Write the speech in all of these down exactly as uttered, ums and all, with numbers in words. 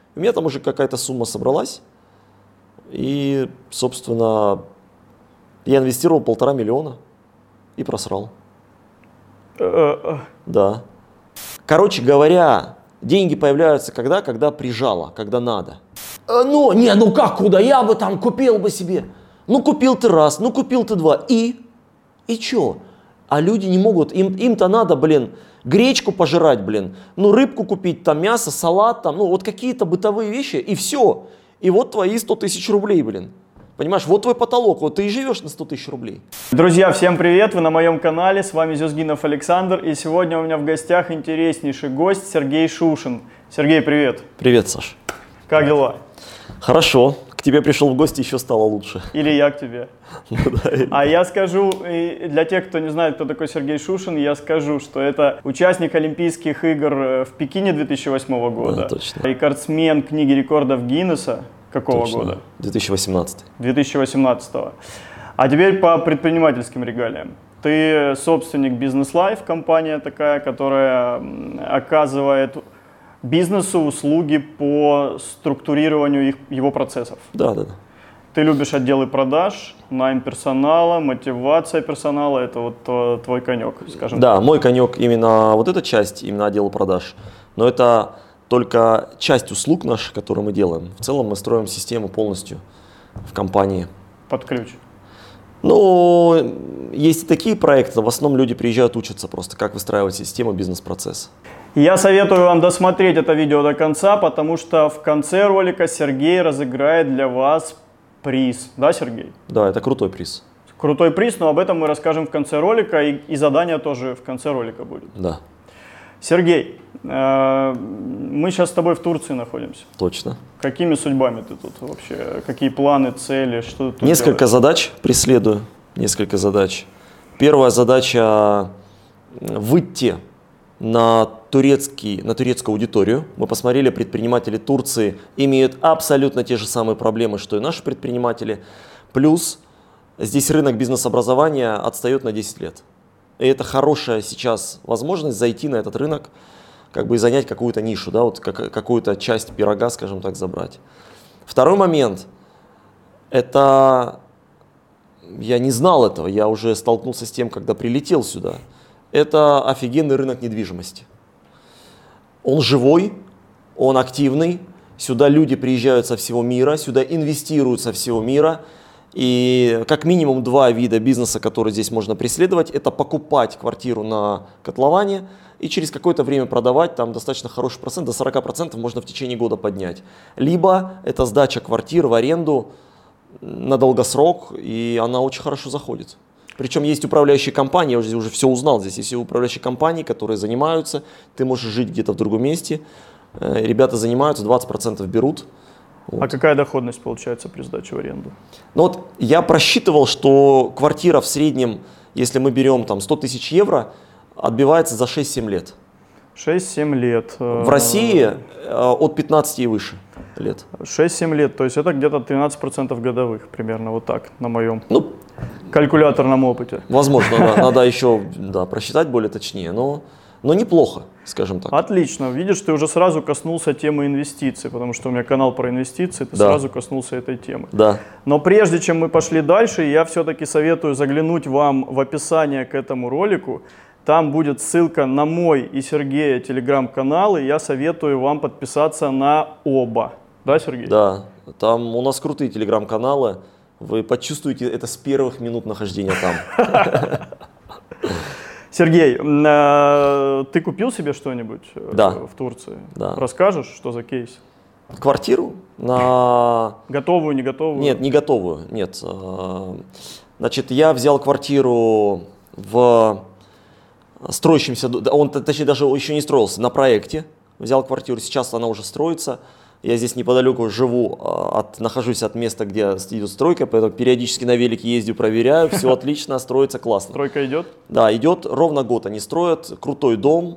У меня там уже какая-то сумма собралась. И, собственно, я инвестировал полтора миллиона и просрал. Да. Короче говоря, деньги появляются когда? Когда прижало, когда надо. Ну, не, ну как куда? Я бы там купил бы себе. Ну, купил ты раз, ну, купил ты два. И? И чё? А люди не могут, им, им-то надо, блин, гречку пожрать, блин, ну, рыбку купить, там, мясо, салат, там, ну, вот какие-то бытовые вещи, и все. И вот твои сто тысяч рублей, блин. Понимаешь, вот твой потолок, вот ты и живешь на сто тысяч рублей. Друзья, всем привет, вы на моем канале, с вами Зюзгинов Александр, и сегодня у меня в гостях интереснейший гость Сергей Шушин. Сергей, привет. Привет, Саш. Как дела? Хорошо, к тебе пришел в гости, еще стало лучше. Или я к тебе. А я скажу, для тех, кто не знает, кто такой Сергей Шушин, я скажу, что это участник Олимпийских игр в Пекине две тысячи восьмого года, да, точно. Рекордсмен книги рекордов Гиннесса. Какого точно. года? две тысячи восемнадцатый. две тысячи восемнадцатого. А теперь по предпринимательским регалиям. Ты собственник Business Life, компания такая, которая оказывает бизнесу услуги по структурированию их, его процессов. Да, да, да. Ты любишь отделы продаж, найм персонала, мотивация персонала, это вот твой конек, скажем да, так. мой конек именно вот эта часть, именно отдела продаж. Но это только часть услуг наших, которые мы делаем. В целом мы строим систему полностью в компании. Под ключ. Ну, есть и такие проекты, в основном люди приезжают учатся просто, как выстраивать систему, бизнес-процесс. Я советую вам досмотреть это видео до конца, потому что в конце ролика Сергей разыграет для вас приз. Да, Сергей? Да, это крутой приз. Крутой приз, но об этом мы расскажем в конце ролика, и, и задание тоже в конце ролика будет. Да. Сергей, э, мы сейчас с тобой в Турции находимся. Точно. Какими судьбами ты тут вообще? Какие планы, цели? Что ты тут Несколько делаешь? задач преследую. Несколько задач. Первая задача – выйти на, турецкий, на турецкую аудиторию. Мы посмотрели, предприниматели Турции имеют абсолютно те же самые проблемы, что и наши предприниматели. Плюс здесь рынок бизнес-образования отстает на десять лет. И это хорошая сейчас возможность зайти на этот рынок, как бы и занять какую-то нишу, да, вот как, какую-то часть пирога, скажем так, забрать. Второй момент – это, я не знал этого, я уже столкнулся с тем, когда прилетел сюда. Это офигенный рынок недвижимости. Он живой, он активный, сюда люди приезжают со всего мира, сюда инвестируют со всего мира. И как минимум два вида бизнеса, которые здесь можно преследовать, это покупать квартиру на котловане и через какое-то время продавать, там достаточно хороший процент, до сорока процентов можно в течение года поднять. Либо это сдача квартир в аренду на долгосрок, и она очень хорошо заходит. Причем есть управляющие компании, я уже, уже все узнал, здесь есть управляющие компании, которые занимаются, ты можешь жить где-то в другом месте, ребята занимаются, двадцать процентов берут. Вот. А какая доходность получается при сдаче в аренду? Ну вот я просчитывал, что квартира в среднем, если мы берем там сто тысяч евро, отбивается за шесть-семь лет. шесть-семь лет. В России от пятнадцати и выше лет. шесть-семь лет, то есть это где-то тринадцать процентов годовых, примерно вот так, на моем ну, калькуляторном опыте. Возможно, да, надо еще да, просчитать более точнее, но, но неплохо, скажем так. Отлично, видишь, ты уже сразу коснулся темы инвестиций, потому что у меня канал про инвестиции, ты да. сразу коснулся этой темы. Да. Но прежде чем мы пошли дальше, я все-таки советую заглянуть вам в описание к этому ролику. Там будет ссылка на мой и Сергея телеграм-каналы, я советую вам подписаться на оба. Да, Сергей? Да, там у нас крутые телеграм-каналы, вы почувствуете это с первых минут нахождения там. Сергей, ты купил себе что-нибудь да. в Турции? Да. Расскажешь, что за кейс? Квартиру на... Готовую, не готовую? Нет, не готовую, нет. Значит, я взял квартиру в строящемся, он, точнее, даже еще не строился, на проекте. Взял квартиру, сейчас она уже строится. Я здесь неподалеку живу, от, нахожусь от места, где идет стройка, поэтому периодически на велике ездю, проверяю, все отлично, строится классно. Стройка идет? Да, идет, ровно год они строят, крутой дом,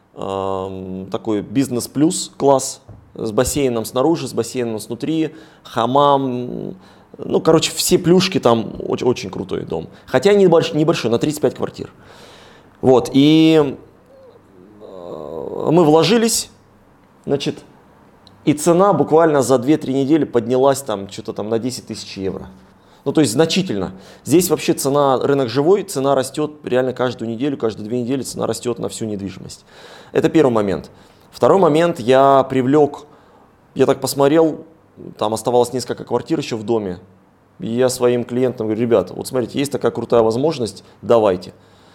э, такой бизнес-плюс класс, с бассейном снаружи, с бассейном снутри, хамам, ну, короче, все плюшки там, очень, очень крутой дом. Хотя небольшой, небольшой, на тридцать пять квартир. Вот, и мы вложились, значит, И цена буквально за две-три недели поднялась там что-то там на десять тысяч евро. Ну, то есть значительно. Здесь вообще цена, рынок живой, цена растет реально каждую неделю, каждые две недели цена растет на всю недвижимость. Это первый момент. Второй момент, я привлек, я так посмотрел, там оставалось несколько квартир еще в доме. И я своим клиентам говорю: ребята, вот смотрите, есть такая крутая возможность, давайте.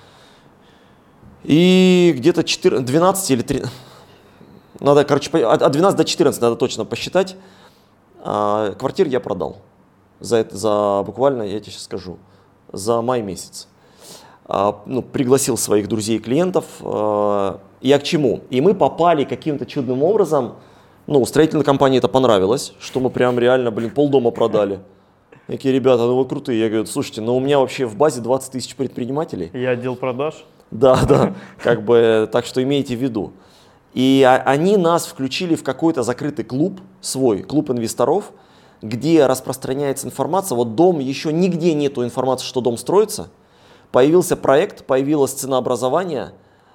И где-то двенадцать или тринадцать, надо, короче, от двенадцати до четырнадцати надо точно посчитать, квартир я продал. За это, за буквально, я тебе сейчас скажу, за май месяц. А, ну, пригласил своих друзей и клиентов. А, я к чему? И мы попали каким-то чудным образом, ну, строительной компании это понравилось, что мы прям реально, блин, полдома продали. Такие: ребята, ну вы крутые. Я говорю: слушайте, ну у меня вообще в базе двадцать тысяч предпринимателей. И отдел продаж? Да, да, как бы, так что имейте в виду. И они нас включили в какой-то закрытый клуб, свой клуб инвесторов, где распространяется информация. Вот дом, еще нигде нету информации, что дом строится. Появился проект, появилось ценообразование,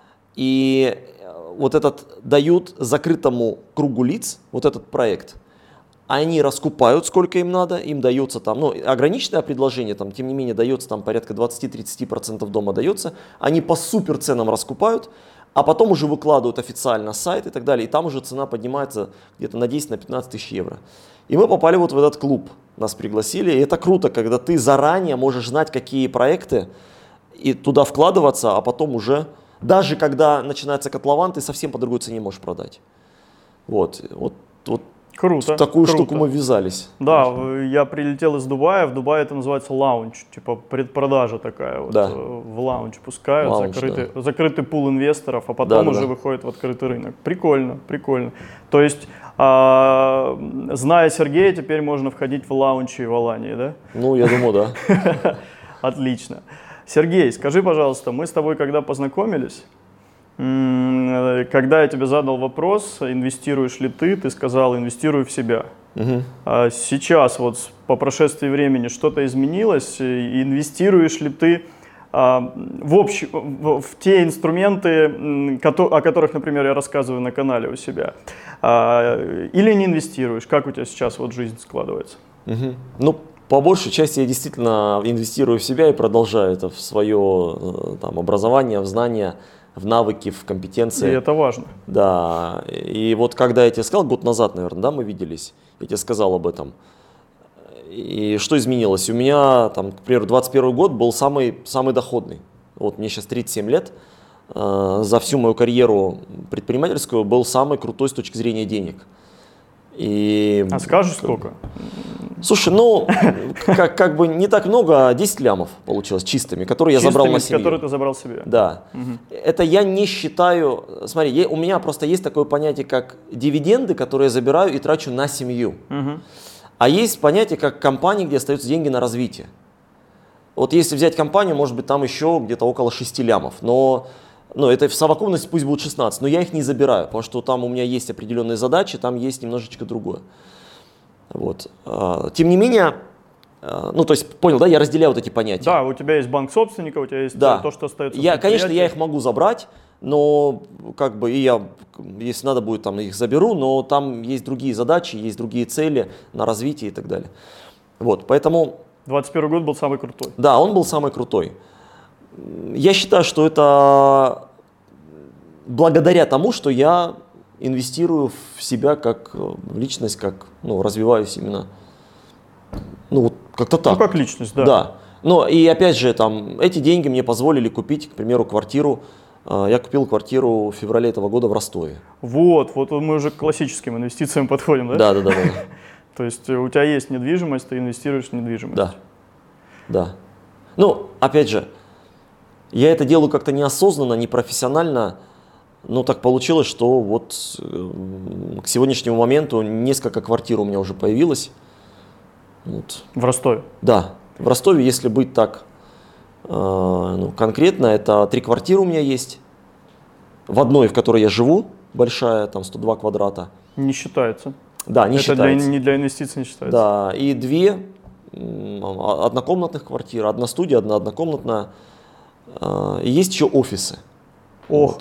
и вот этот дают закрытому кругу лиц, вот этот проект. Они раскупают, сколько им надо, им дается там, ну, ограниченное предложение, там, тем не менее, дается там порядка двадцать-тридцать процентов дома дается. Они по супер ценам раскупают, а потом уже выкладывают официально сайт и так далее. И там уже цена поднимается где-то на десять-пятнадцать тысяч евро. И мы попали вот в этот клуб, нас пригласили. И это круто, когда ты заранее можешь знать, какие проекты, и туда вкладываться, а потом уже, даже когда начинается котлован, ты совсем по другой цене можешь продать. Вот, вот, вот. Круто. В такую круто. штуку мы ввязались. Да, я прилетел из Дубая. В Дубае это называется лаунж, типа предпродажа такая. Вот, да. В лаунж пускают, лаунж, закрытый, да. закрытый пул инвесторов, а потом да, да, уже да. выходит в открытый рынок. Прикольно, прикольно. То есть, а, зная Сергея, теперь можно входить в лаунчи в Алании, да? Ну, я думаю, да. Отлично. Сергей, скажи, пожалуйста, мы с тобой когда познакомились, когда я тебе задал вопрос, инвестируешь ли ты, ты сказал: инвестирую в себя. Угу. А сейчас, вот по прошествии времени, что-то изменилось? Инвестируешь ли ты а, в, общ... в, в те инструменты, о которых, например, я рассказываю на канале у себя? А, или не инвестируешь? Как у тебя сейчас вот жизнь складывается? Угу. Ну, по большей части я действительно инвестирую в себя и продолжаю это в свое там, образование, в знания, в навыки, в компетенции. И это важно. Да, и вот когда я тебе сказал, год назад, наверное, да, мы виделись, я тебе сказал об этом. И что изменилось? У меня, там, к примеру, двадцать первый год был самый, самый доходный. Вот мне сейчас тридцать семь лет, э, за всю мою карьеру предпринимательскую был самый крутой с точки зрения денег. И, а скажешь, сколько? Слушай, ну, как, как бы не так много, десять лямов получилось чистыми, которые чистыми, я забрал на семью. которые ты забрал себе? Да. Угу. Это я не считаю, смотри, я, у меня просто есть такое понятие, как дивиденды, которые я забираю и трачу на семью. Угу. А есть понятие, как компании, где остаются деньги на развитие. Вот если взять компанию, может быть, там еще где-то около шести лямов, но... Ну, это в совокупности пусть будет шестнадцать, но я их не забираю, потому что там у меня есть определенные задачи, там есть немножечко другое. Вот. Тем не менее, ну, то есть, понял, да, я разделяю вот эти понятия. Да, у тебя есть банк собственника, у тебя есть да. то, что остается я, конечно, я их могу забрать, но как бы и я, если надо будет, там их заберу, но там есть другие задачи, есть другие цели на развитие и так далее. Вот, поэтому... двадцать первый год был самый крутой. Да, он был самый крутой. Я считаю, что это благодаря тому, что я инвестирую в себя как в личность, как, ну, развиваюсь именно, ну, вот как-то так. Ну, как личность, да. Да. Ну, и опять же, там, эти деньги мне позволили купить, к примеру, квартиру. Я купил квартиру в феврале этого года в Ростове. Вот, вот мы уже к классическим инвестициям подходим, да? Да, да, да. да. То есть у тебя есть недвижимость, ты инвестируешь в недвижимость. Да, да. Ну, опять же, я это делаю как-то неосознанно, непрофессионально, но так получилось, что вот к сегодняшнему моменту несколько квартир у меня уже появилось. Вот. В Ростове? Да, в Ростове, если быть так э, ну, конкретно, это три квартиры у меня есть. В одной, в которой я живу, большая, там сто два квадрата. Не считается. Да, не это считается. Для, не для инвестиций не считается. Да, и две однокомнатных квартиры, одна студия, одна однокомнатная. И есть еще офисы. Ох, вот.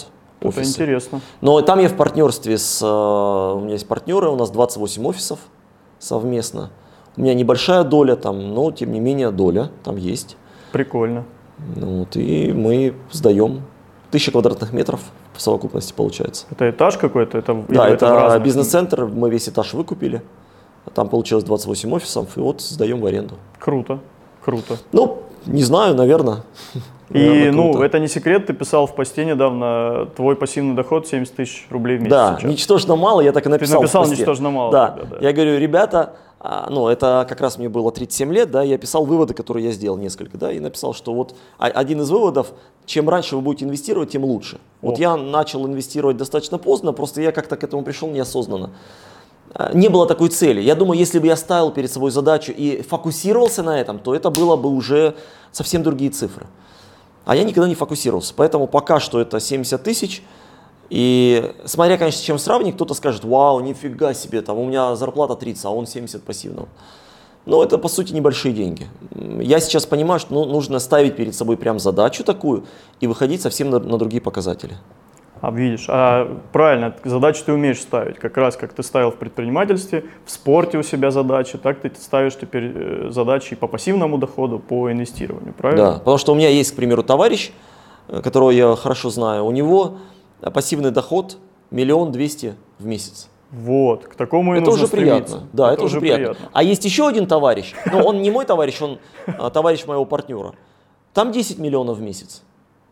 Это интересно. Но там я в партнерстве с... У меня есть партнеры, у нас двадцать восемь офисов совместно. У меня небольшая доля там, но тем не менее доля там есть. Прикольно. Ну, вот, и мы сдаем тысяча квадратных метров в совокупности получается. Это этаж какой-то? Это, да, это, это бизнес-центр, мы весь этаж выкупили. Там получилось двадцать восемь офисов, и вот сдаем в аренду. Круто, круто. Ну, не знаю, наверное. И, наверное, ну, круто. это не секрет, ты писал в посте недавно, твой пассивный доход семьдесят тысяч рублей в месяц. Да, сейчас. ничтожно мало, я так и написал. Ты написал в посте. ничтожно мало. Да. Тогда, да, Я говорю, ребята, а, ну, это как раз мне было тридцать семь лет, да, я писал выводы, которые я сделал несколько, да, и написал, что вот один из выводов, чем раньше вы будете инвестировать, тем лучше. О. Вот я начал инвестировать достаточно поздно, просто я как-то к этому пришел неосознанно. Не было такой цели. Я думаю, если бы я ставил перед собой задачу и фокусировался на этом, то это было бы уже совсем другие цифры. А я никогда не фокусировался. Поэтому пока что это семьдесят тысяч. И смотря, конечно, с чем сравнить, кто-то скажет, вау, нифига себе, там у меня зарплата тридцать, а он семьдесят пассивного. Но это, по сути, небольшие деньги. Я сейчас понимаю, что ну, нужно ставить перед собой прям задачу такую и выходить совсем на, на другие показатели. А видишь, а правильно, задачи ты умеешь ставить, как раз как ты ставил в предпринимательстве, в спорте у себя задачи, так ты ставишь теперь задачи по пассивному доходу, по инвестированию, правильно? Да, потому что у меня есть, к примеру, товарищ, которого я хорошо знаю, у него пассивный доход миллион двести в месяц. Вот, к такому и это нужно уже стремиться. приятно. Да, это, это уже приятно. приятно. А есть еще один товарищ, но ну, он не мой товарищ, он товарищ моего партнера. Там десять миллионов в месяц.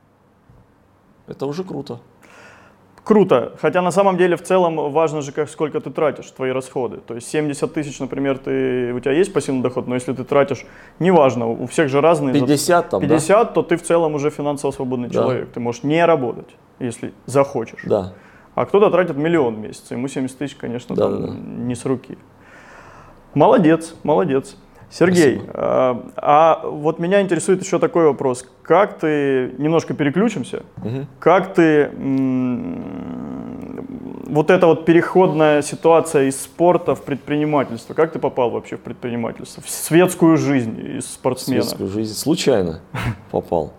Это уже круто. Круто, хотя на самом деле в целом важно же, как, сколько ты тратишь, твои расходы. То есть семьдесят тысяч, например, ты, у тебя есть пассивный доход, но если ты тратишь, неважно, у всех же разные. пятьдесят там, пятьдесят, да? то ты в целом уже финансово свободный да. человек. Ты можешь не работать, если захочешь. Да. А кто-то тратит миллион в месяц, ему семьдесят тысяч, конечно, да, там да, да. не с руки. Молодец, молодец. Сергей, а, а вот меня интересует еще такой вопрос. Как ты, немножко переключимся, угу. как ты, м- вот эта вот переходная ситуация из спорта в предпринимательство, как ты попал вообще в предпринимательство, в светскую жизнь из спортсмена? В светскую жизнь случайно попал.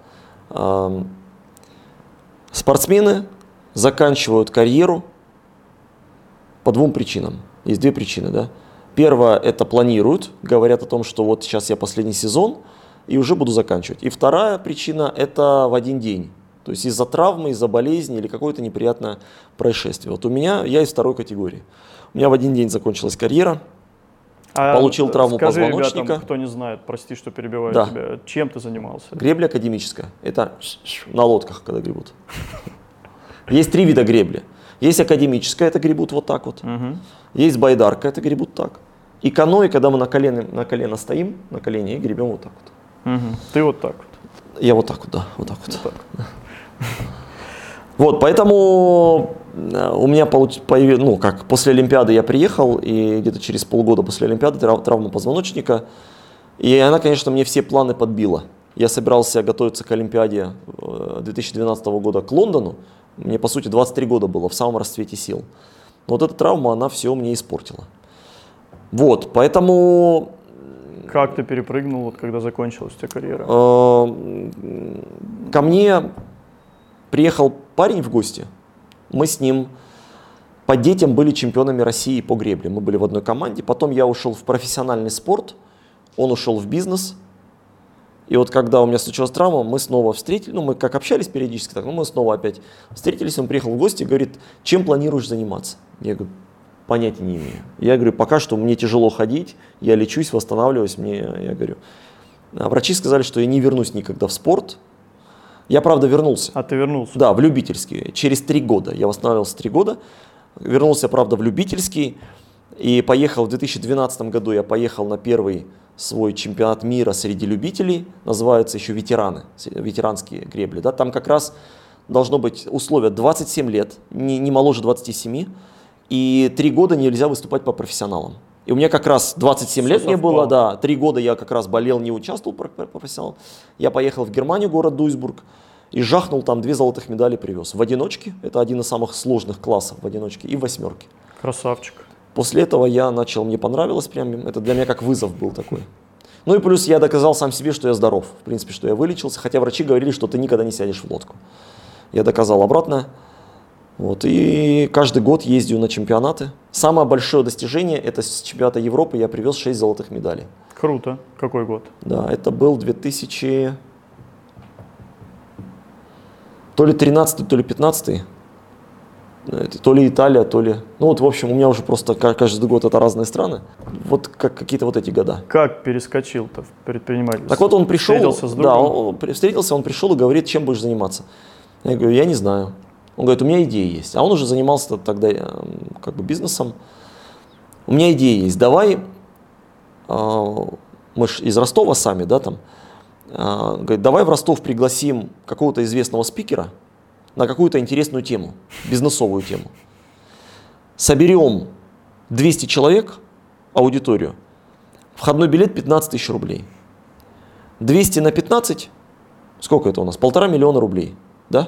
Спортсмены заканчивают карьеру по двум причинам. Есть две причины, да. Первое, это планируют, говорят о том, что вот сейчас я последний сезон и уже буду заканчивать. И вторая причина, это в один день. То есть из-за травмы, из-за болезни или какое-то неприятное происшествие. Вот у меня, я из второй категории. У меня в один день закончилась карьера, а получил травму скажи позвоночника. Ребятам, кто не знает, прости, что перебиваю да. тебя, чем ты занимался? Гребля академическая. Это на лодках, когда гребут. Есть три вида гребли. Есть академическая, это гребут вот так вот. Угу. Есть байдарка, это гребут так. И каноэ, когда мы на колено, на колено стоим, на колени и гребем вот так вот. Угу. Ты вот так вот. Я вот так вот, да, вот так вот. Вот, так. Вот, поэтому у меня появилось, ну как, после Олимпиады я приехал, и где-то через полгода после Олимпиады травма позвоночника, и она, конечно, мне все планы подбила. Я собирался готовиться к Олимпиаде две тысячи двенадцатого года к Лондону. Мне, по сути, двадцать три года было, в самом расцвете сил. Но вот эта травма, она все мне испортила. Вот, поэтому... Как ты перепрыгнул, вот, когда закончилась у тебя карьера? Ко мне приехал парень в гости. Мы с ним по детям были чемпионами России по гребле. Мы были в одной команде. Потом я ушел в профессиональный спорт, он ушел в бизнес. И вот когда у меня случилась травма, мы снова встретились, ну мы как общались периодически, так, ну мы снова опять встретились, он приехал в гости и говорит, чем планируешь заниматься? Я говорю, понятия не имею. Я говорю, пока что мне тяжело ходить, я лечусь, восстанавливаюсь, мне, я говорю. А врачи сказали, что я не вернусь никогда в спорт. Я, правда, вернулся. А ты вернулся? Да, в любительский. Через три года. Я восстанавливался три года. Вернулся, правда, в любительский. И поехал в две тысячи двенадцатом году, я поехал на первый свой чемпионат мира среди любителей. Называется еще ветераны, ветеранские гребли. Да? Там как раз должно быть условие двадцать семь лет, не, не моложе двадцати семи. И три года нельзя выступать по профессионалам. И у меня как раз двадцать семь лет мне было, да, три года я как раз болел, не участвовал по профессионалам. Я поехал в Германию, город Дуйсбург, и жахнул там две золотых медали привез. В одиночке, это один из самых сложных классов в одиночке, и в восьмерке. Красавчик. После этого я начал, мне понравилось прям, это для меня как вызов был такой. Ну и плюс я доказал сам себе, что я здоров, в принципе, что я вылечился, хотя врачи говорили, что ты никогда не сядешь в лодку. Я доказал обратно. Вот, и каждый год ездил на чемпионаты. Самое большое достижение, это с чемпионата Европы я привез шесть золотых медалей. Круто. Какой год? Да, это был две тысячи... То ли тринадцатый, то ли пятнадцатый. То ли Италия, то ли... Ну вот, в общем, у меня уже просто каждый год это разные страны. Вот как какие-то вот эти года. Как перескочил-то в предпринимательство? Так вот он пришел... Встретился с другом? Да, он встретился, он пришел и говорит, чем будешь заниматься. Я говорю, я не знаю. Он говорит, у меня идея есть. А он уже занимался тогда как бы бизнесом. У меня идея есть. Давай, мы же из Ростова сами, да, там. Говорит, давай в Ростов пригласим какого-то известного спикера на какую-то интересную тему, бизнесовую тему. Соберем двести человек, аудиторию. Входной билет пятнадцать тысяч рублей. двести на пятнадцать, сколько это у нас? Полтора миллиона рублей, да?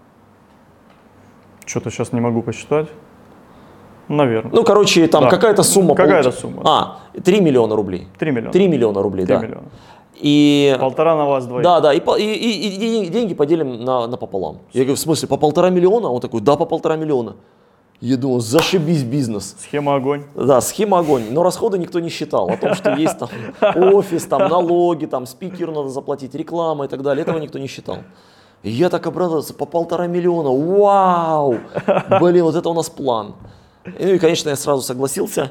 Что-то сейчас не могу посчитать. Наверное. Ну, короче, там да. какая-то сумма. Какая-то получ... сумма. А, три миллиона рублей. три миллиона. три миллиона рублей, три да. миллиона. И... Полтора на вас двоих. Да, да, и, и, и, и деньги поделим на, напополам. Я говорю, в смысле, по полтора миллиона? Он такой, да, по полтора миллиона. Я думал, зашибись бизнес. Схема огонь. Да, схема огонь. Но расходы никто не считал. О том, что есть там офис, там налоги, там спикеру надо заплатить, реклама и так далее. Этого никто не считал. И я так обрадовался, по полтора миллиона. Вау! Блин, вот это у нас план. И, ну и, конечно, я сразу согласился.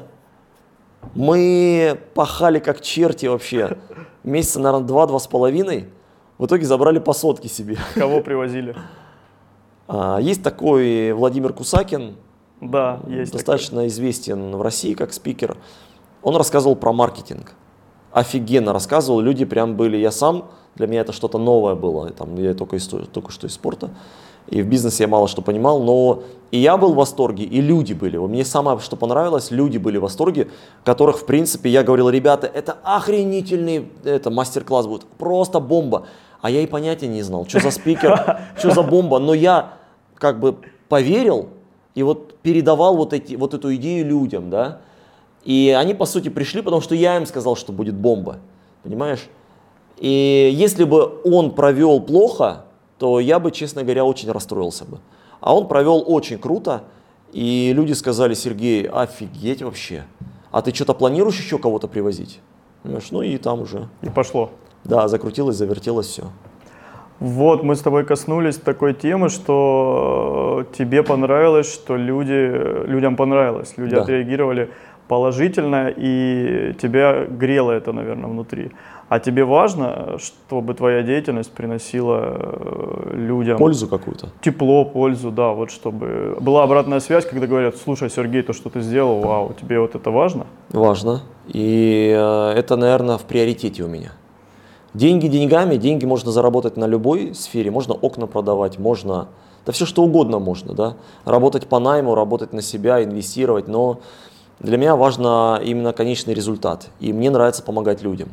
Мы пахали как черти вообще. Месяца, наверное, два-два с половиной. В итоге забрали по сотке себе. Кого привозили? А, есть такой Владимир Кусакин. Да, есть. Достаточно такой. известен в России как спикер. Он рассказывал про маркетинг. Офигенно рассказывал. Люди прям были. Я сам, для меня это что-то новое было. Там, я только, из, только что из спорта. И в бизнесе я мало что понимал, но и я был в восторге, и люди были. Мне самое, что понравилось, люди были в восторге, которых, в принципе, я говорил, ребята, это охренительный это, мастер-класс будет, просто бомба. А я и понятия не знал, что за спикер, что за бомба, но я как бы поверил и вот передавал вот, эти, вот эту идею людям, да. И они, по сути, пришли, потому что я им сказал, что будет бомба, понимаешь? И если бы он провел плохо, то я бы, честно говоря, очень расстроился бы. А он провел очень круто, и люди сказали, Сергей, офигеть вообще, а ты что-то планируешь еще кого-то привозить? Понимаешь? Ну и там уже. И пошло. Да, закрутилось, завертелось все. Вот, мы с тобой коснулись такой темы, что тебе понравилось, что люди, людям понравилось, люди Да. отреагировали положительно, и тебя грело это, наверное, внутри. А тебе важно, чтобы твоя деятельность приносила людям Пользу какую-то. тепло, пользу, да, вот чтобы была обратная связь, когда говорят, слушай, Сергей, то, что ты сделал, вау, тебе вот это важно? Важно. И э, это, наверное, в приоритете у меня. Деньги деньгами, деньги можно заработать на любой сфере, можно окна продавать, можно, да все что угодно можно, да, работать по найму, работать на себя, инвестировать, но для меня важно именно конечный результат, и мне нравится помогать людям.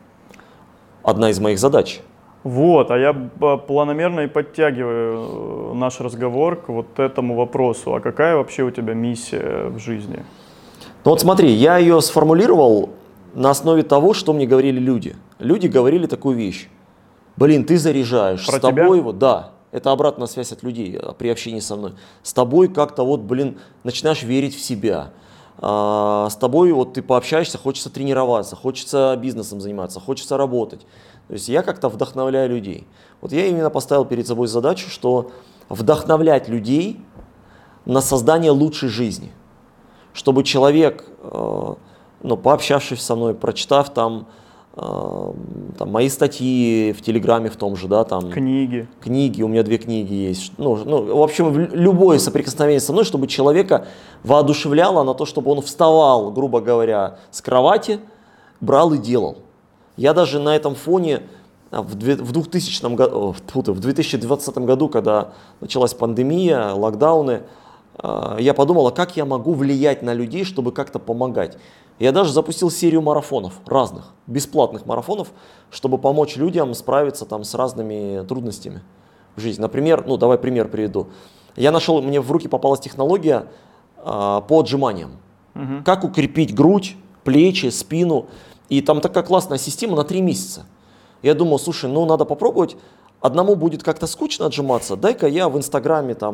Одна из моих задач. Вот, а я планомерно и подтягиваю наш разговор к вот этому вопросу. А какая вообще у тебя миссия в жизни? Ну вот смотри, я ее сформулировал на основе того, что мне говорили люди. Люди говорили такую вещь. Блин, ты заряжаешь. Про с тобой тебя? вот, да, это обратная связь от людей при общении со мной. С тобой как-то вот, блин, начинаешь верить в себя. А, с тобой вот ты пообщаешься, хочется тренироваться, хочется бизнесом заниматься, хочется работать. То есть я как-то вдохновляю людей. Вот я именно поставил перед собой задачу, что вдохновлять людей на создание лучшей жизни. Чтобы человек, э, ну, пообщавшись со мной, прочитав там, э, там мои статьи в Телеграме в том же, да, там Книги. книги, у меня две книги есть. Ну, ну, в общем, любое соприкосновение со мной, чтобы человека воодушевляло на то, чтобы он вставал, грубо говоря, с кровати, брал и делал. Я даже на этом фоне в двухтысячном году, в две тысячи двадцатом году, когда началась пандемия, локдауны, я подумал, а как я могу влиять на людей, чтобы как-то помогать. Я даже запустил серию марафонов, разных, бесплатных марафонов, чтобы помочь людям справиться там с разными трудностями в жизни. Например, ну давай пример приведу. Я нашел, мне в руки попалась технология а, по отжиманиям. Угу. Как укрепить грудь, плечи, спину. И там такая классная система на три месяца. Я думал, слушай, ну надо попробовать. Одному будет как-то скучно отжиматься, дай-ка я в Инстаграме там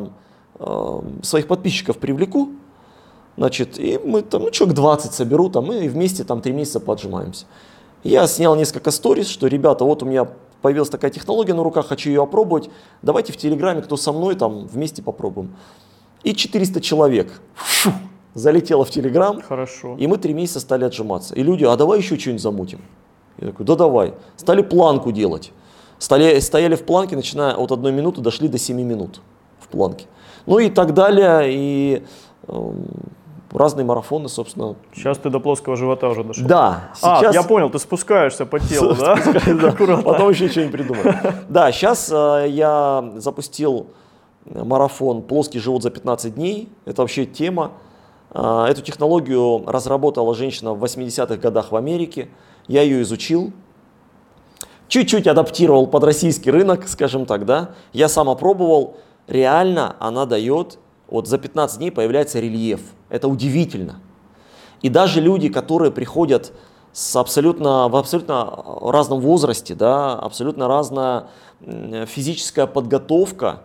э, своих подписчиков привлеку, значит, и мы там, ну, человек двадцать соберу, там, и вместе там три месяца поджимаемся. Я снял несколько сториз, что, ребята, вот у меня появилась такая технология на руках, хочу ее опробовать, давайте в Телеграме, кто со мной, там, вместе попробуем. И четыреста человек фу, залетело в Телеграм, Хорошо. И мы три месяца стали отжиматься. И люди, а давай еще что-нибудь замутим. Я такой, да давай. Стали планку делать. Стали, стояли в планке, начиная от одной минуты, дошли до семи минут в планке. Ну и так далее, и э, разные марафоны, собственно. Сейчас ты до плоского живота уже дошел. Да. Сейчас... Сейчас... А, я понял, ты спускаешься по телу, да? Аккуратно. Потом еще что-нибудь придумаем. Да, сейчас э, я запустил марафон «Плоский живот за пятнадцать дней». Это вообще тема. Э, эту технологию разработала женщина в восьмидесятых годах в Америке. Я ее изучил. Чуть-чуть адаптировал под российский рынок, скажем так, да. Я сам опробовал. Реально она дает, вот за пятнадцать дней появляется рельеф. Это удивительно. И даже люди, которые приходят с абсолютно, в абсолютно разном возрасте, да, абсолютно разная физическая подготовка,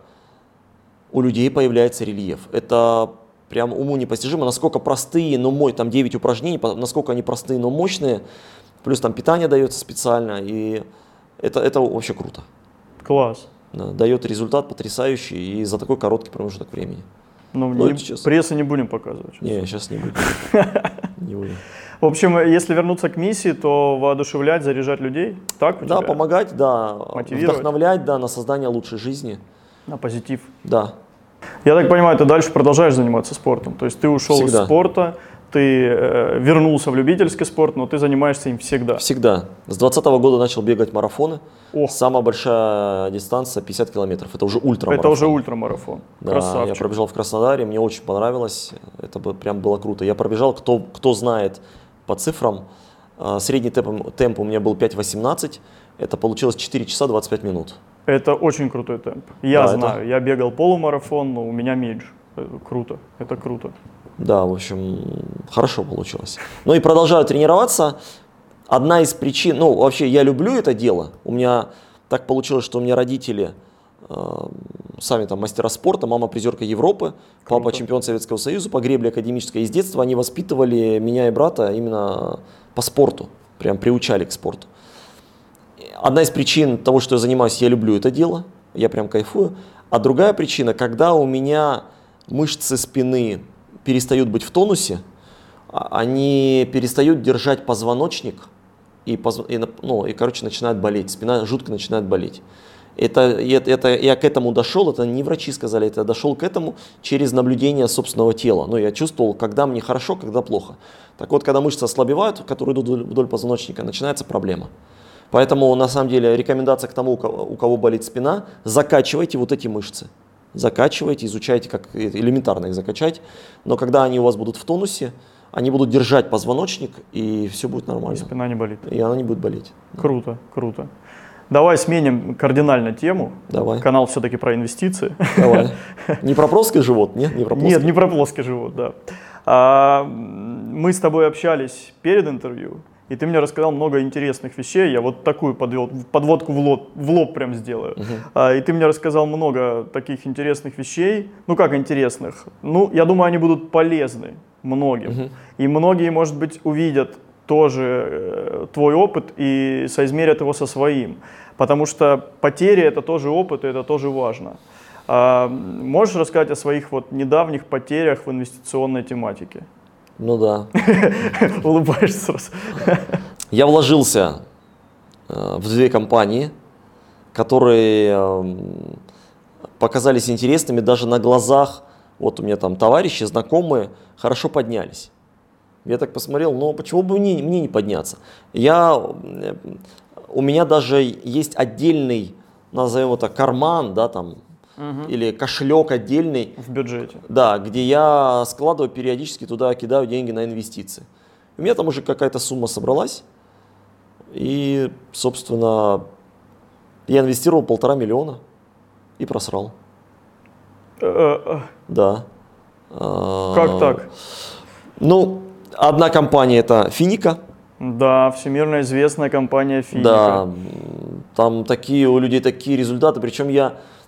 у людей появляется рельеф. Это прям уму непостижимо, насколько простые, но мой, там девять упражнений, насколько они простые, но мощные. Плюс там питание дается специально, и это, это вообще круто. Класс. Да, дает результат потрясающий и за такой короткий промежуток времени. Ну, Ну, не, сейчас... прессы не будем показывать. Не, сейчас не будем. Не будем. В общем, если вернуться к миссии, то воодушевлять, заряжать людей, так у Да, тебя? помогать, да, Мотивировать. вдохновлять, да, на создание лучшей жизни. На позитив. Да. Я так понимаю, ты дальше продолжаешь заниматься спортом. То есть ты ушел Всегда. из спорта, ты э, вернулся в любительский спорт, но ты занимаешься им всегда. Всегда. С двадцатого года начал бегать марафоны. Ох. Самая большая дистанция пятьдесят километров. Это уже ультрамарафон. Это уже ультрамарафон. Да, Красавчик. я пробежал в Краснодаре, мне очень понравилось. Это бы прям было круто. Я пробежал, кто, кто знает по цифрам, средний темп, темп у меня был пять восемнадцать. Это получилось четыре часа двадцать пять минут. Это очень крутой темп. Я Да, знаю, это... я бегал полумарафон, но у меня меньше. Это круто, это круто. Да, в общем, хорошо получилось. Ну и продолжаю тренироваться. Одна из причин, ну вообще я люблю это дело. У меня так получилось, что у меня родители э, сами там мастера спорта, мама призерка Европы, Круто. Папа чемпион Советского Союза по гребле академической. И с детства они воспитывали меня и брата именно по спорту, прям приучали к спорту. Одна из причин того, что я занимаюсь, я люблю это дело, я прям кайфую. А другая причина, когда у меня мышцы спины перестают быть в тонусе, они перестают держать позвоночник, и, и, ну, и короче, начинает болеть, спина жутко начинает болеть. Это, это, это, я к этому дошел, это не врачи сказали, это я дошел к этому через наблюдение собственного тела. Ну, я чувствовал, когда мне хорошо, когда плохо. Так вот, когда мышцы ослабевают, которые идут вдоль, вдоль позвоночника, начинается проблема. Поэтому, на самом деле, рекомендация к тому, у кого, у кого болит спина, закачивайте вот эти мышцы. Закачивайте, изучайте, как элементарно их закачать. Но когда они у вас будут в тонусе, они будут держать позвоночник, и все будет нормально. И спина не болит. И она не будет болеть. Круто, круто. Давай сменим кардинально тему. Давай. Канал все-таки про инвестиции. Давай. Не про плоский живот, нет? Не про плоский. Нет, не про плоский живот, да. А, мы с тобой общались перед интервью, и ты мне рассказал много интересных вещей. Я вот такую подвел, подводку в лоб, в лоб прям сделаю. Uh-huh. А, и ты мне рассказал много таких интересных вещей. Ну как интересных? Ну, я думаю, они будут полезны многим. Uh-huh. И многие, может быть, увидят тоже э, твой опыт и соизмерят его со своим. Потому что потери – это тоже опыт, и это тоже важно. А, можешь рассказать о своих вот недавних потерях в инвестиционной тематике? Ну да. Улыбаешься сразу. Я вложился э, в две компании, которые э, показались интересными даже на глазах. Вот у меня там товарищи, знакомые, хорошо поднялись. Я так посмотрел, ну почему бы мне, мне не подняться? Я, у меня даже есть отдельный, назовем это, карман, да, там, угу. или кошелек отдельный. В бюджете. Да, где я складываю периодически туда, кидаю деньги на инвестиции. У меня там уже какая-то сумма собралась. И, собственно, я инвестировал полтора миллиона и просрал. Да. Как так? Ну, одна компания это Финика. Да, всемирно известная компания Финика. Да, там такие у людей такие результаты. Причем я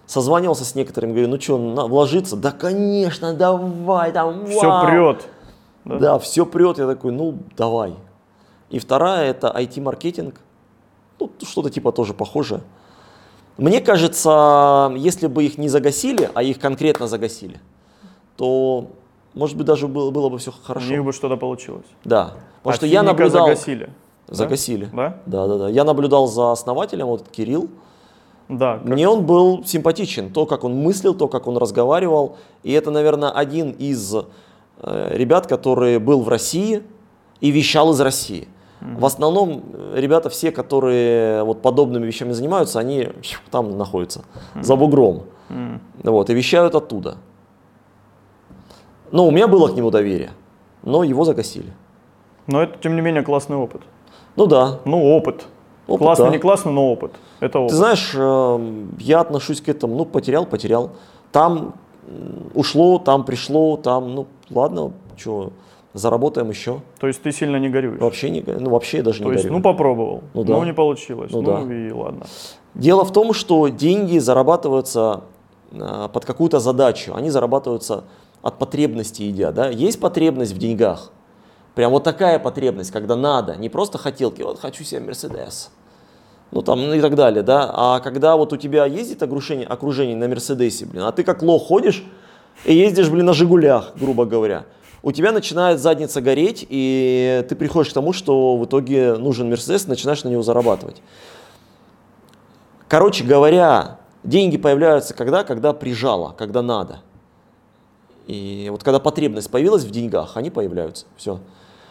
Созванивался с некоторыми, говорю, ну что, вложиться? Да, конечно, давай, там, Все вау. прет. Да, да, все прет. Я такой, ну, давай. И вторая – это ай ти-маркетинг. Ну, что-то типа тоже похожее. Мне кажется, если бы их не загасили, а их конкретно загасили, то, может быть, даже было, было бы все хорошо. У них бы что-то получилось. Да. Потому а что я наблюдал... загасили. Загасили. Да? Да, да, да. Я наблюдал за основателем, вот Кирилл. Да. Как... Мне он был симпатичен. То, как он мыслил, то, как он разговаривал. И это, наверное, один из э, ребят, который был в России и вещал из России. Mm-hmm. В основном ребята все, которые вот подобными вещами занимаются, они там находятся, mm-hmm. за бугром. Mm-hmm. Вот, и вещают оттуда. Но у меня было к нему доверие, но его загасили. Но это, тем не менее, классный опыт. Ну да. Ну, опыт. опыт классный, да. Не классный, но опыт. Это опыт. Ты знаешь, я отношусь к этому, ну, потерял, потерял. Там ушло, там пришло, там, ну, ладно, что, заработаем еще. То есть ты сильно не горюешь? Вообще не, ну, вообще даже То не есть, горюю. ну, попробовал, ну, да. ну, не получилось, ну, ну, да. и ладно. Дело в том, что деньги зарабатываются под какую-то задачу, они зарабатываются от потребности идя, да. Есть потребность в деньгах, прям вот такая потребность, когда надо, не просто хотелки, вот хочу себе Мерседес, ну там, ну и так далее, да, а когда вот у тебя ездит окружение, окружение на Мерседесе, блин, а ты как лох ходишь и ездишь, блин, на Жигулях, грубо говоря, у тебя начинает задница гореть, и ты приходишь к тому, что в итоге нужен Мерседес, и начинаешь на него зарабатывать. Короче говоря, деньги появляются когда? Когда прижало, когда надо. И вот когда потребность появилась в деньгах, они появляются. Все.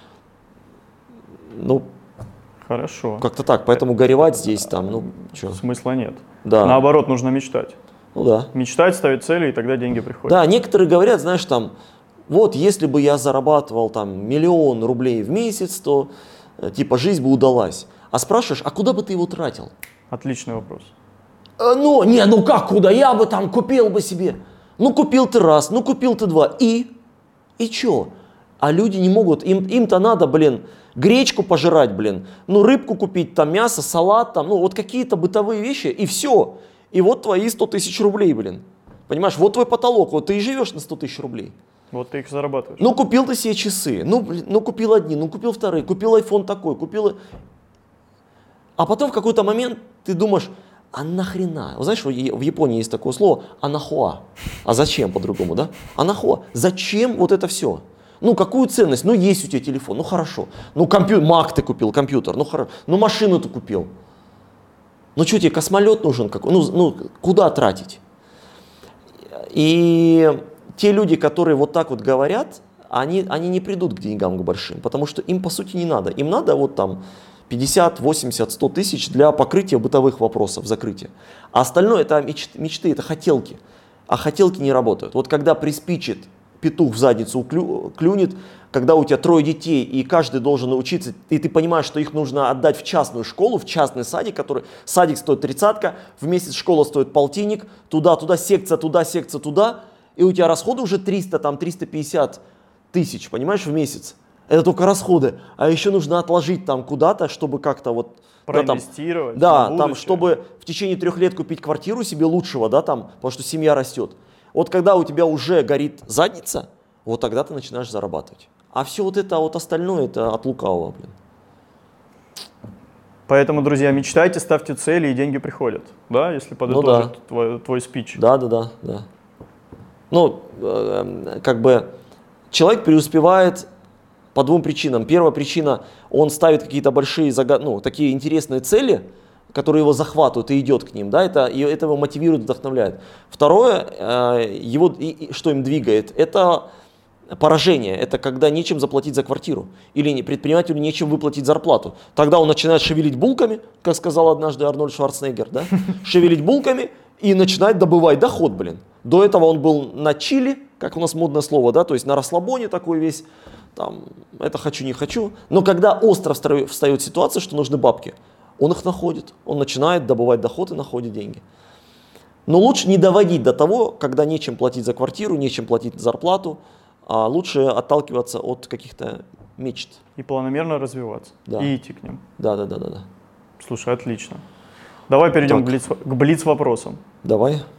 Ну, хорошо. Как-то так. Поэтому горевать здесь там, ну, что. Смысла нет. Да. Наоборот, нужно мечтать. Ну да. Мечтать, ставить цели, и тогда деньги приходят. Да, некоторые говорят, знаешь, там, вот если бы я зарабатывал там миллион рублей в месяц, то типа жизнь бы удалась. А спрашиваешь, а куда бы ты его тратил? Отличный вопрос. А, ну, не, ну как куда? Я бы там купил бы себе. Ну, купил ты раз, ну, купил ты два. И? И чё? А люди не могут, им, им-то надо, блин, гречку пожрать, блин, ну, рыбку купить, там, мясо, салат, там, ну, вот какие-то бытовые вещи, и все. И вот твои сто тысяч рублей, блин. Понимаешь, вот твой потолок, вот ты и живешь на сто тысяч рублей. Вот ты их зарабатываешь. Ну, купил ты себе часы, ну, блин, ну, купил одни, ну, купил вторые, купил айфон такой, купил... А потом в какой-то момент ты думаешь, а нахрена? Вы знаешь, в Японии есть такое слово «анахуа». А зачем по-другому, да? Анахуа. Зачем вот это все? Ну, какую ценность? Ну, есть у тебя телефон, ну, хорошо. Ну, компьютер, Мак ты купил, компьютер, ну, хорошо. Ну, машину ты купил. Ну, что тебе, космолет нужен? Какой? Ну, ну, куда тратить? И те люди, которые вот так вот говорят, они, они не придут к деньгам к большим, потому что им, по сути, не надо. Им надо вот там пятьдесят, восемьдесят, сто тысяч для покрытия бытовых вопросов, закрытия. А остальное это мечты, мечты, это хотелки. А хотелки не работают. Вот когда приспичит, петух в задницу клю, клюнет, когда у тебя трое детей, и каждый должен научиться, и ты понимаешь, что их нужно отдать в частную школу, в частный садик, который, садик стоит тридцатка, в месяц школа стоит полтинник, туда-туда, секция туда, секция туда, и у тебя расходы уже триста, там, триста пятьдесят тысяч, понимаешь, в месяц. Это только расходы, а еще нужно отложить там куда-то, чтобы как-то вот... Проинвестировать. Да, там, да, там, чтобы в течение трех лет купить квартиру себе лучшего, да, там, потому что семья растет. Вот когда у тебя уже горит задница, вот тогда ты начинаешь зарабатывать. А все вот это, вот остальное, это от лукавого, блин. Поэтому, друзья, мечтайте, ставьте цели, и деньги приходят, да, если подытожить ну, да. твой, твой спич. Да, да, да, да. Ну, э, как бы человек преуспевает по двум причинам. Первая причина, он ставит какие-то большие, ну, такие интересные цели, которые его захватывают и идет к ним, да, это, и это его мотивирует, вдохновляет. Второе, э, его, и, и, что им двигает, это поражение, это когда нечем заплатить за квартиру, или предпринимателю нечем выплатить зарплату. Тогда он начинает шевелить булками, как сказал однажды Арнольд Шварценеггер, да, шевелить булками и начинает добывать доход, блин. До этого он был на чили, как у нас модное слово, да, то есть на расслабоне такой весь, там, это хочу, не хочу. Но когда остро встает ситуация, что нужны бабки, он их находит, он начинает добывать доход и находит деньги. Но лучше не доводить до того, когда нечем платить за квартиру, нечем платить зарплату, а лучше отталкиваться от каких-то мечт. И планомерно развиваться, да. И идти к ним. Да, да, да, да, да. Слушай, отлично. Давай перейдем так. к блиц, к блиц-вопросам. Давай.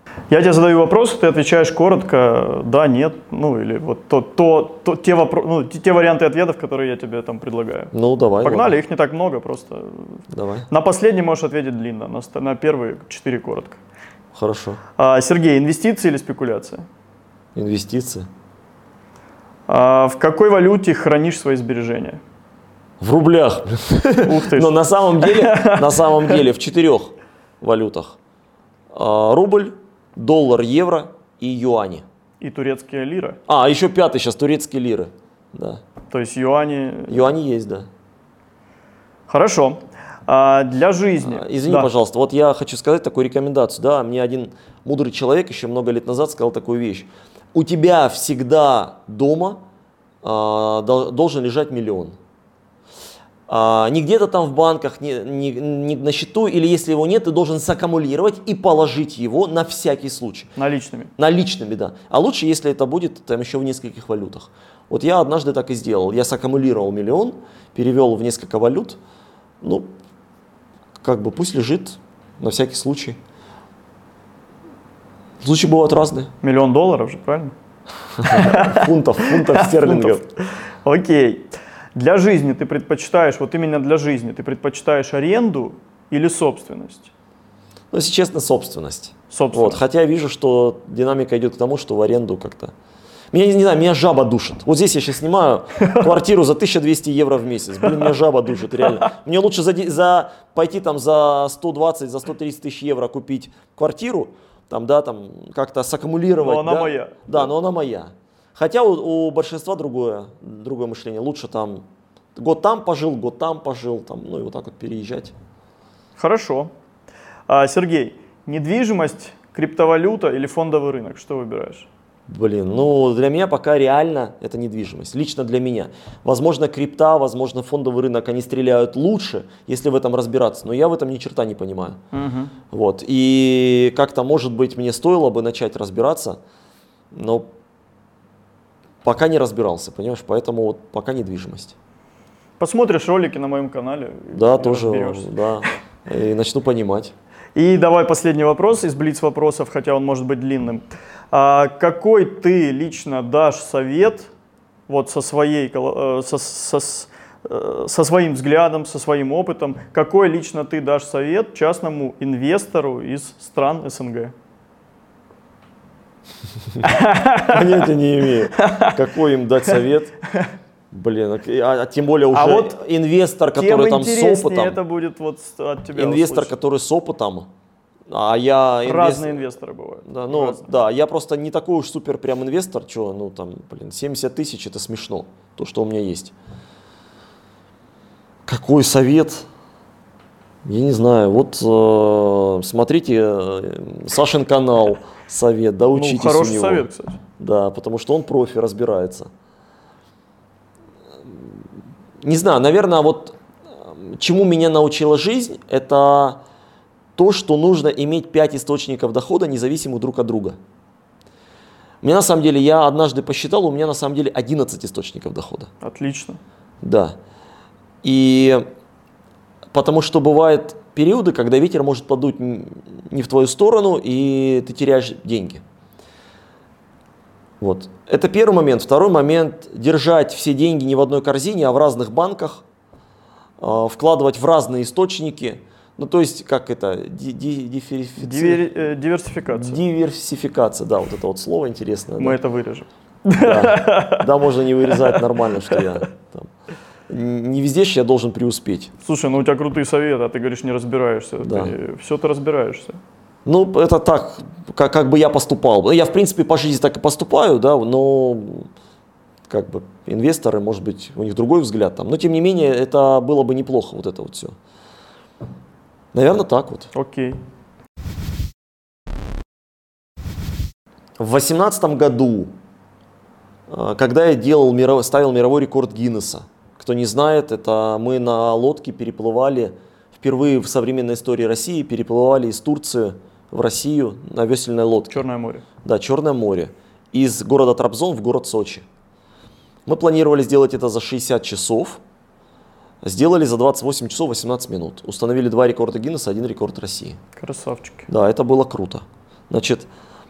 Я тебе задаю вопрос, ты отвечаешь коротко, да, нет, ну или вот то, то, то, те, вопро- ну, те, те варианты ответов, которые я тебе там предлагаю. Ну, давай. Погнали, ладно. их не так много, просто Давай. на последний можешь ответить длинно, на, ст- на первые четыре коротко. Хорошо. А, Сергей, инвестиции или спекуляция? Инвестиции. А, в какой валюте хранишь свои сбережения? В рублях. Ух ты ж. Но на самом деле, на самом деле в четырех валютах. А, рубль, доллар, евро и юани. И турецкие лиры. А, еще пятый сейчас, турецкие лиры. Да. То есть юани. Юани есть, да. Хорошо. А, для жизни. А, Извини, Да. пожалуйста, вот я хочу сказать такую рекомендацию. Да, мне один мудрый человек еще много лет назад сказал такую вещь. У тебя всегда дома а, дол- должен лежать миллион. А, не где-то там в банках, не, не- не на счету, или если его нет, ты должен саккумулировать и положить его на всякий случай. Наличными. Наличными, да. А лучше, если это будет там еще в нескольких валютах. Вот я однажды так и сделал. Я саккумулировал миллион, перевел в несколько валют. Ну, как бы пусть лежит на всякий случай. Случаи бывают разные. Миллион долларов же, правильно? Фунтов, фунтов стерлингов. Фунтов. Окей. Для жизни ты предпочитаешь, вот именно для жизни, ты предпочитаешь аренду или собственность? Ну, если честно, собственность. Собственность. Вот, хотя я вижу, что динамика идет к тому, что в аренду как-то... Меня, не знаю, меня жаба душит. Вот здесь я сейчас снимаю квартиру за тысячу двести евро в месяц. Блин, меня жаба душит, реально. Мне лучше за, де- за, пойти там за сто двадцать, за сто тридцать тысяч евро купить квартиру, там, да, там, как-то саккумулировать. Но она да? моя. Да, но она моя. Хотя у, у большинства другое, другое мышление. Лучше там год там пожил, год там пожил, там, ну и вот так вот переезжать. Хорошо. А, Сергей, недвижимость, криптовалюта или фондовый рынок? Что выбираешь? Блин, ну для меня пока реально это недвижимость, лично для меня. Возможно, крипта, возможно, фондовый рынок, они стреляют лучше, если в этом разбираться, но я в этом ни черта не понимаю. Угу. Вот, и как-то, может быть, мне стоило бы начать разбираться, но пока не разбирался, понимаешь, поэтому вот пока недвижимость. Посмотришь ролики на моем канале. Да, и тоже, разберешься. да, и начну понимать. И давай последний вопрос из блиц-вопросов, хотя он может быть длинным. А какой ты лично дашь совет вот со, своей, коло- э, со, со, с- э, со своим взглядом, со своим опытом, какой лично ты дашь совет частному инвестору из стран СНГ? Понятия не имею, какой им дать совет. Блин, а, а тем более уже А вот инвестор, Тем который там с интереснее опытом. это будет вот с- от тебя Инвестор, услышать. который с опытом, а я инвес- Разные инвесторы бывают. Да, ну Разные. да, я просто не такой уж супер прям инвестор, что, ну там, блин, семьдесят тысяч это смешно, то, что у меня есть. Какой совет? Я не знаю, вот э, смотрите э, Сашин канал, совет, да, Ну, учитесь хороший у него. совет, кстати. Да, потому что он профи, разбирается. Не знаю, наверное, вот э, чему меня научила жизнь, это то, что нужно иметь пять источников дохода, независимых друг от друга. У меня на самом деле, я однажды посчитал, у меня на самом деле одиннадцать источников дохода. Отлично. Да. И потому что бывают периоды, когда ветер может подуть н- не в твою сторону, и ты теряешь деньги. Вот. Это первый момент. Второй момент – держать все деньги не в одной корзине, а в разных банках, э, вкладывать в разные источники. Ну, то есть, как это? Ди- ди- дифферифици- Дивер- э, диверсификация. Диверсификация, да, вот это вот слово интересное. Мы да. это вырежем. Да. Да, можно не вырезать нормально, что я там. Не везде же я должен преуспеть. Слушай, ну у тебя крутые советы, а ты говоришь, не разбираешься. Да. Ты, все ты разбираешься. Ну, это так, как, как бы я поступал. Я, в принципе, по жизни так и поступаю, да, но как бы инвесторы, может быть, у них другой взгляд там. Но, тем не менее, это было бы неплохо, вот это вот все. Наверное, так вот. Окей. В восемнадцатом году, э, когда я делал, миров- ставил мировой рекорд Гиннесса, кто не знает, это мы на лодке переплывали, впервые в современной истории России, переплывали из Турции в Россию на весельной лодке. Черное море. Да, Черное море. Из города Трабзон в город Сочи. Мы планировали сделать это за шестьдесят часов. Сделали за двадцать восемь часов восемнадцать минут. Установили два рекорда Гиннесса, один рекорд России. Красавчики. Да, это было круто. Значит,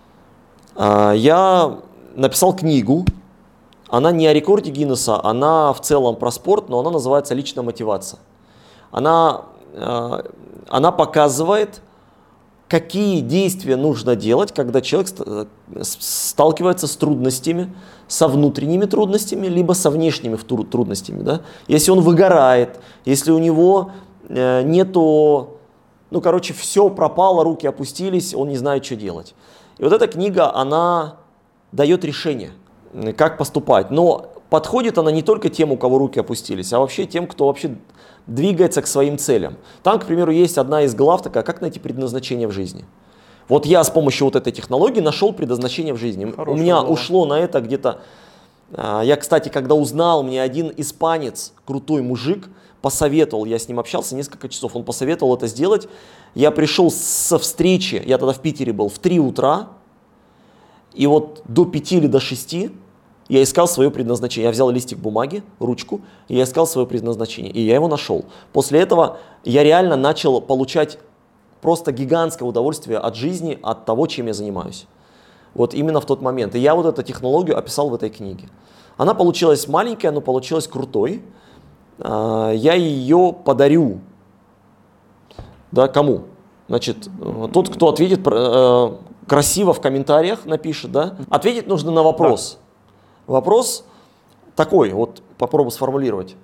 я написал книгу, она не о рекорде Гиннесса, она в целом про спорт, но она называется «Личная мотивация». Она, она показывает, какие действия нужно делать, когда человек сталкивается с трудностями, со внутренними трудностями, либо со внешними трудностями. Да? Если он выгорает, если у него нету, ну, короче, все пропало, руки опустились, он не знает, что делать. И вот эта книга, она дает решение, как поступать. Но подходит она не только тем, у кого руки опустились, а вообще тем, кто вообще двигается к своим целям. Там, к примеру, есть одна из глав такая, как найти предназначение в жизни. Вот я с помощью вот этой технологии нашел предназначение в жизни. Хорошая у меня глава. Ушло на это где-то... Я, кстати, когда узнал, мне один испанец, крутой мужик, посоветовал, я с ним общался несколько часов, он посоветовал это сделать. Я пришел со встречи, я тогда в Питере был, в три утра, и вот до пяти или до шести я искал свое предназначение. Я взял листик бумаги, ручку, и я искал свое предназначение, и я его нашел. После этого я реально начал получать просто гигантское удовольствие от жизни, от того, чем я занимаюсь. Вот именно в тот момент. И я вот эту технологию описал в этой книге. Она получилась маленькая, но получилась крутой. Я ее подарю. Да, кому? Значит, тот, кто ответит красиво в комментариях, напишет, да? Ответить нужно на вопрос. Да. Вопрос такой, вот попробую сформулировать.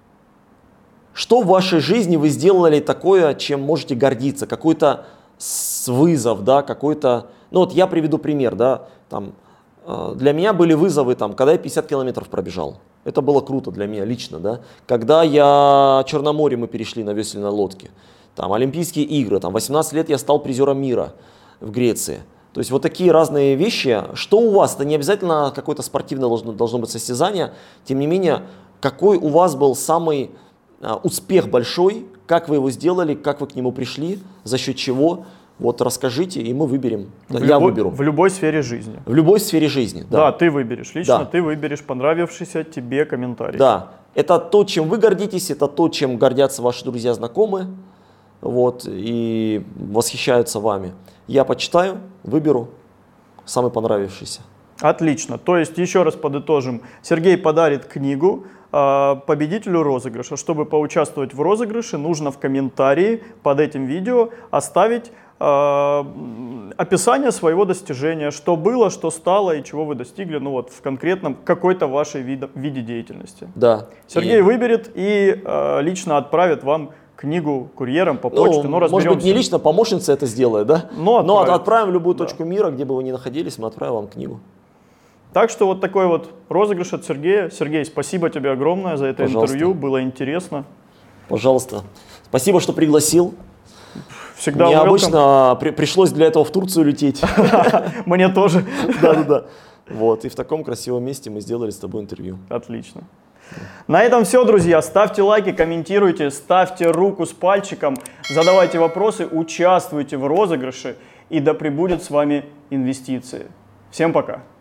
Что в вашей жизни вы сделали такое, чем можете гордиться? Какой-то вызов, да, какой-то... Ну вот я приведу пример, да, там, для меня были вызовы, там, когда я пятьдесят километров пробежал. Это было круто для меня лично, да. Когда я Черноморье мы перешли на весельной лодке, там, Олимпийские игры, там, восемнадцать лет я стал призером мира в Греции. То есть вот такие разные вещи. Что у вас? Это не обязательно какое-то спортивное должно, должно быть состязание. Тем не менее, какой у вас был самый а, успех большой? Как вы его сделали? Как вы к нему пришли? За счет чего? Вот расскажите, и мы выберем. В Я любой, выберу. В любой сфере жизни. В любой сфере жизни, да. Да, ты выберешь. Лично да. ты выберешь понравившийся тебе комментарий. Да. Это то, чем вы гордитесь, это то, чем гордятся ваши друзья, знакомые. Вот, и восхищаются вами. Я почитаю, выберу самый понравившийся. Отлично. То есть, еще раз подытожим. Сергей подарит книгу э, победителю розыгрыша. Чтобы поучаствовать в розыгрыше, нужно в комментарии под этим видео оставить э, описание своего достижения. Что было, что стало и чего вы достигли. Ну вот в конкретном какой-то вашей виде, виде деятельности. Да. Сергей и... выберет и э, лично отправит вам книгу курьером по почте, ну, но может быть, не лично, помощница это сделает, да? Но, но отправим в любую да. точку мира, где бы вы ни находились, мы отправим вам книгу. Так что вот такой вот розыгрыш от Сергея. Сергей, спасибо тебе огромное за это Пожалуйста. интервью, было интересно. Пожалуйста. Спасибо, что пригласил. Всегда Мне welcome. обычно при, пришлось для этого в Турцию лететь. Мне тоже. Да-да-да. Вот, и в таком красивом месте мы сделали с тобой интервью. Отлично. На этом все, друзья. Ставьте лайки, комментируйте, ставьте руку с пальчиком, задавайте вопросы, участвуйте в розыгрыше, и да пребудет с вами инвестиции. Всем пока!